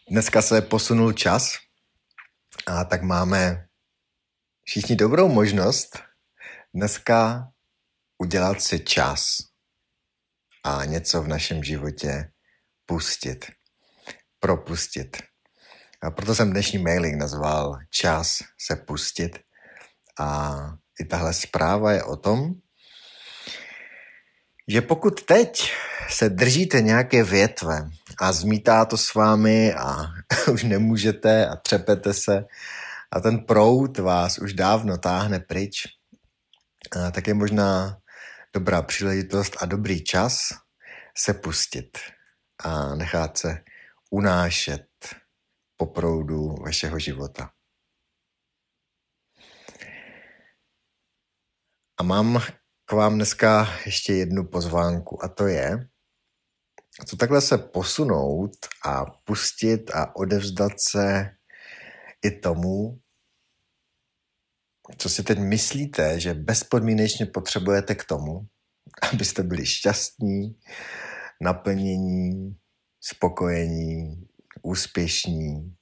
Dneska se posunul čas a tak máme všichni dobrou možnost dneska udělat si čas a něco v našem životě pustit, propustit. A proto jsem dnešní mailing nazval Čas se pustit a i tahle zpráva je o tom, že pokud teď se držíte nějaké větve a zmítá to s vámi a už nemůžete a třepete se a ten proud vás už dávno táhne pryč, tak je možná dobrá příležitost a dobrý čas se pustit a nechat se unášet po proudu vašeho života. A mám k vám dneska ještě jednu pozvánku a to je, co takhle se posunout a pustit a odevzdat se i tomu, co si teď myslíte, že bezpodmínečně potřebujete k tomu, abyste byli šťastní, naplnění, spokojení, úspěšní,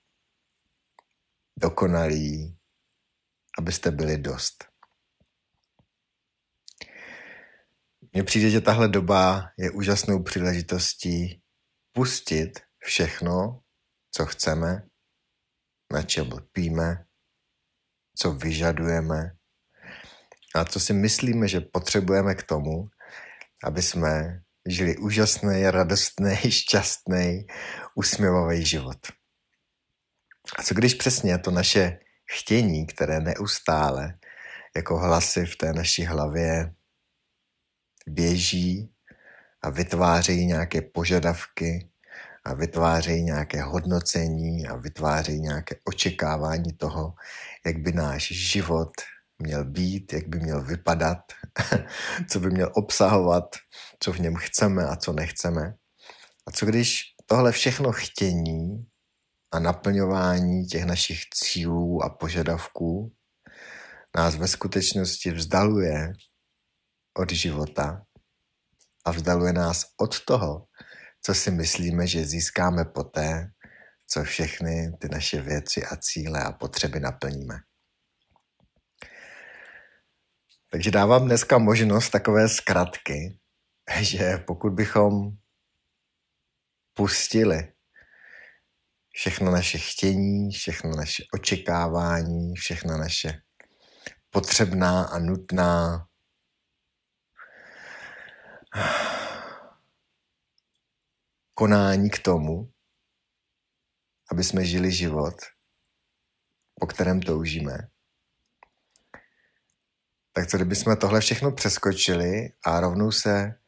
dokonalí, abyste byli dost. Mně přijde, že tahle doba je úžasnou příležitostí pustit všechno, co chceme, na čem lpíme, co vyžadujeme a co si myslíme, že potřebujeme k tomu, aby jsme žili úžasný, radostný, šťastný, usměvavý život. A co když přesně to naše chtění, které neustále jako hlasy v té naší hlavě běží a vytvářejí nějaké požadavky a vytvářejí nějaké hodnocení a vytvářejí nějaké očekávání toho, jak by náš život měl být, jak by měl vypadat, co by měl obsahovat, co v něm chceme a co nechceme. A co když tohle všechno chtění a naplňování těch našich cílů a požadavků nás ve skutečnosti vzdaluje od života a vzdaluje nás od toho, co si myslíme, že získáme poté, co všechny ty naše věci a cíle a potřeby naplníme. Takže dávám dneska možnost takové zkratky, že pokud bychom pustili všechno naše chtění, všechno naše očekávání, všechno naše potřebná a nutná konání k tomu, aby jsme žili život, po kterém toužíme, tak co kdybychom tohle všechno přeskočili a rovnou se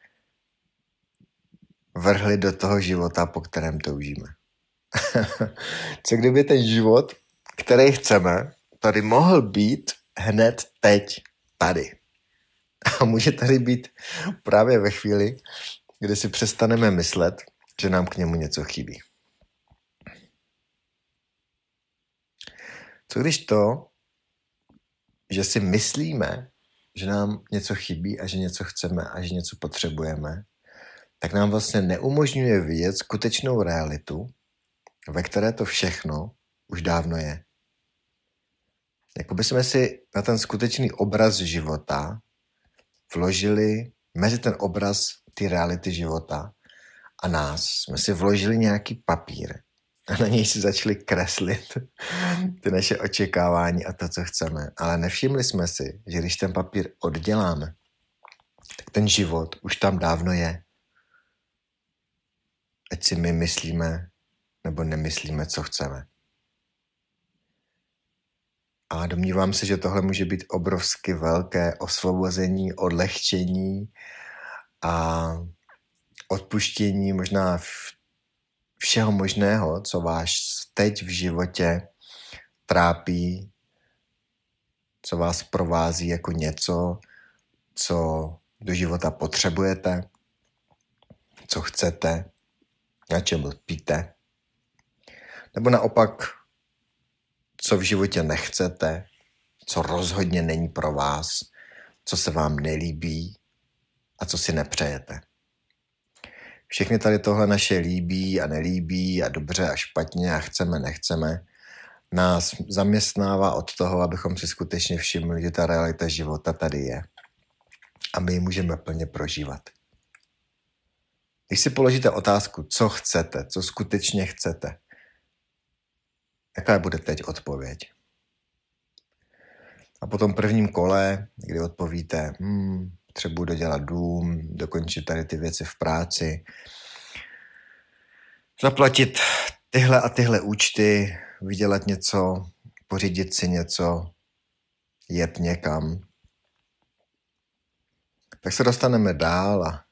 vrhli do toho života, po kterém toužíme. Co kdyby ten život, který chceme, tady mohl být hned teď, tady. A může tady být právě ve chvíli, kdy si přestaneme myslet, že nám k němu něco chybí. Co když to, že si myslíme, že nám něco chybí a že něco chceme a že něco potřebujeme, tak nám vlastně neumožňuje vidět skutečnou realitu, ve které to všechno už dávno je. Jakoby jsme si na ten skutečný obraz života vložili mezi ten obraz té reality života a nás. Jsme si vložili nějaký papír a na něj si začali kreslit ty naše očekávání a to, co chceme. Ale nevšimli jsme si, že když ten papír odděláme, tak ten život už tam dávno je. Ať si my myslíme nebo nemyslíme, co chceme. A domnívám se, že tohle může být obrovsky velké osvobození, odlehčení a odpuštění možná všeho možného, co vás teď v životě trápí, co vás provází jako něco, co do života potřebujete, co chcete, na čem lpíte. Nebo naopak, co v životě nechcete, co rozhodně není pro vás, co se vám nelíbí a co si nepřejete. všechny tady tohle naše líbí a nelíbí a dobře a špatně a chceme, nechceme, nás zaměstnává od toho, abychom si skutečně všimli, že ta realita života tady je a my ji můžeme plně prožívat. Když si položíte otázku, co chcete, co skutečně chcete, jaká bude teď odpověď? A po tom prvním kole, kdy odpovíte, potřebuji dodělat dům, dokončit tady ty věci v práci, zaplatit tyhle a tyhle účty, vydělat něco, pořídit si něco, jet někam, tak se dostaneme dál a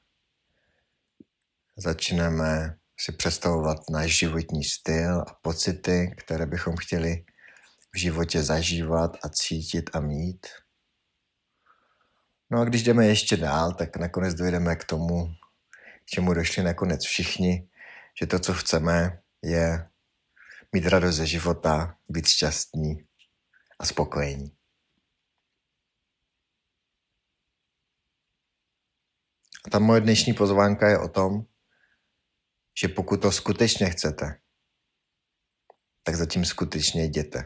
začneme si představovat náš životní styl a pocity, které bychom chtěli v životě zažívat a cítit a mít. No a když jdeme ještě dál, tak nakonec dojdeme k tomu, k čemu došli nakonec všichni, že to, co chceme, je mít radost ze života, být šťastní a spokojení. A ta moje dnešní pozvánka je o tom, že pokud to skutečně chcete, tak zatím skutečně jděte.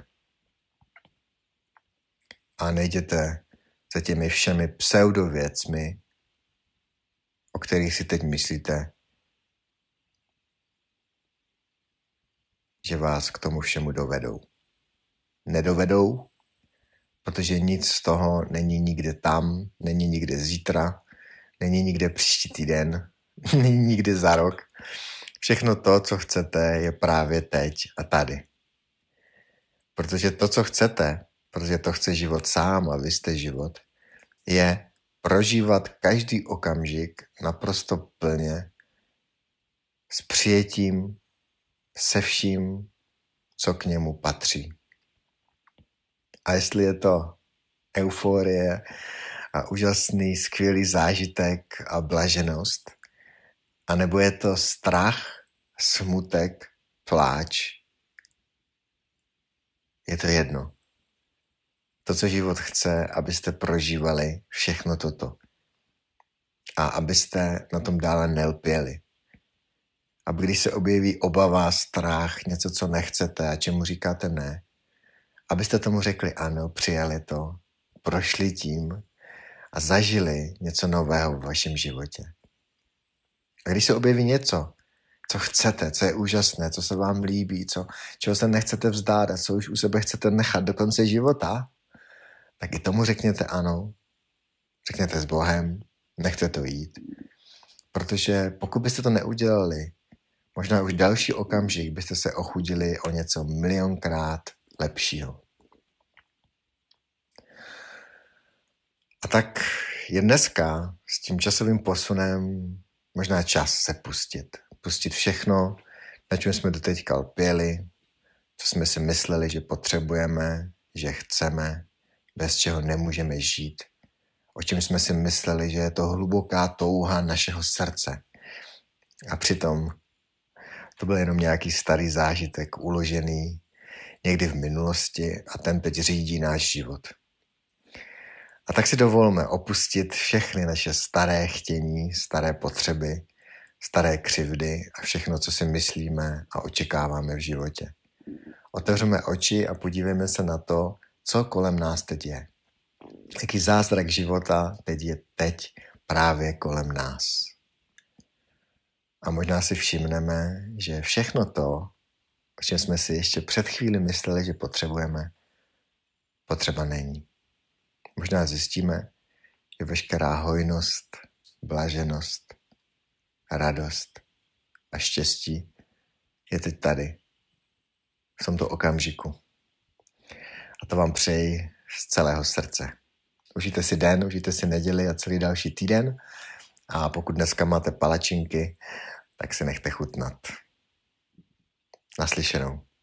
A nejděte za těmi všemi pseudověcmi, o kterých si teď myslíte, že vás k tomu všemu dovedou. Nedovedou, protože nic z toho není nikde tam, není nikde zítra, není nikde příští týden, není nikde za rok. Všechno to, co chcete, je právě teď a tady. Protože to, co chcete, protože to chce život sám a vy jste život, je prožívat každý okamžik naprosto plně s přijetím, se vším, co k němu patří. A jestli je to euforie a úžasný, skvělý zážitek a blaženost, anebo je to strach, smutek, pláč, je to jedno. To, co život chce, abyste prožívali všechno toto. A abyste na tom dále nelpěli. A když se objeví obava, strach, něco, co nechcete a čemu říkáte ne, abyste tomu řekli ano, přijali to, prošli tím a zažili něco nového v vašem životě. A když se objeví něco, co chcete, co je úžasné, co se vám líbí, čeho se nechcete vzdát a co už u sebe chcete nechat do konce života, tak i tomu řekněte ano, řekněte s Bohem, nechte to jít. Protože pokud byste to neudělali, možná už další okamžik byste se ochudili o něco milionkrát lepšího. A tak je dneska s tím časovým posunem možná čas se pustit. Pustit všechno, na čem jsme doteďka lpěli, co jsme si mysleli, že potřebujeme, že chceme, bez čeho nemůžeme žít, o čem jsme si mysleli, že je to hluboká touha našeho srdce. A přitom to byl jenom nějaký starý zážitek uložený někdy v minulosti a ten teď řídí náš život. A tak si dovolme opustit všechny naše staré chtění, staré potřeby, staré křivdy a všechno, co si myslíme a očekáváme v životě. Otevřeme oči a podívejme se na to, co kolem nás teď je. Jaký zázrak života teď je právě kolem nás. A možná si všimneme, že všechno to, o čem jsme si ještě před chvíli mysleli, že potřebujeme, potřeba není. Možná zjistíme, že veškerá hojnost, blaženost, radost a štěstí je teď tady, v tomto okamžiku. A to vám přeji z celého srdce. Užijte si den, užijte si neděli a celý další týden. A pokud dneska máte palačinky, tak si nechte chutnat. Naslyšenou.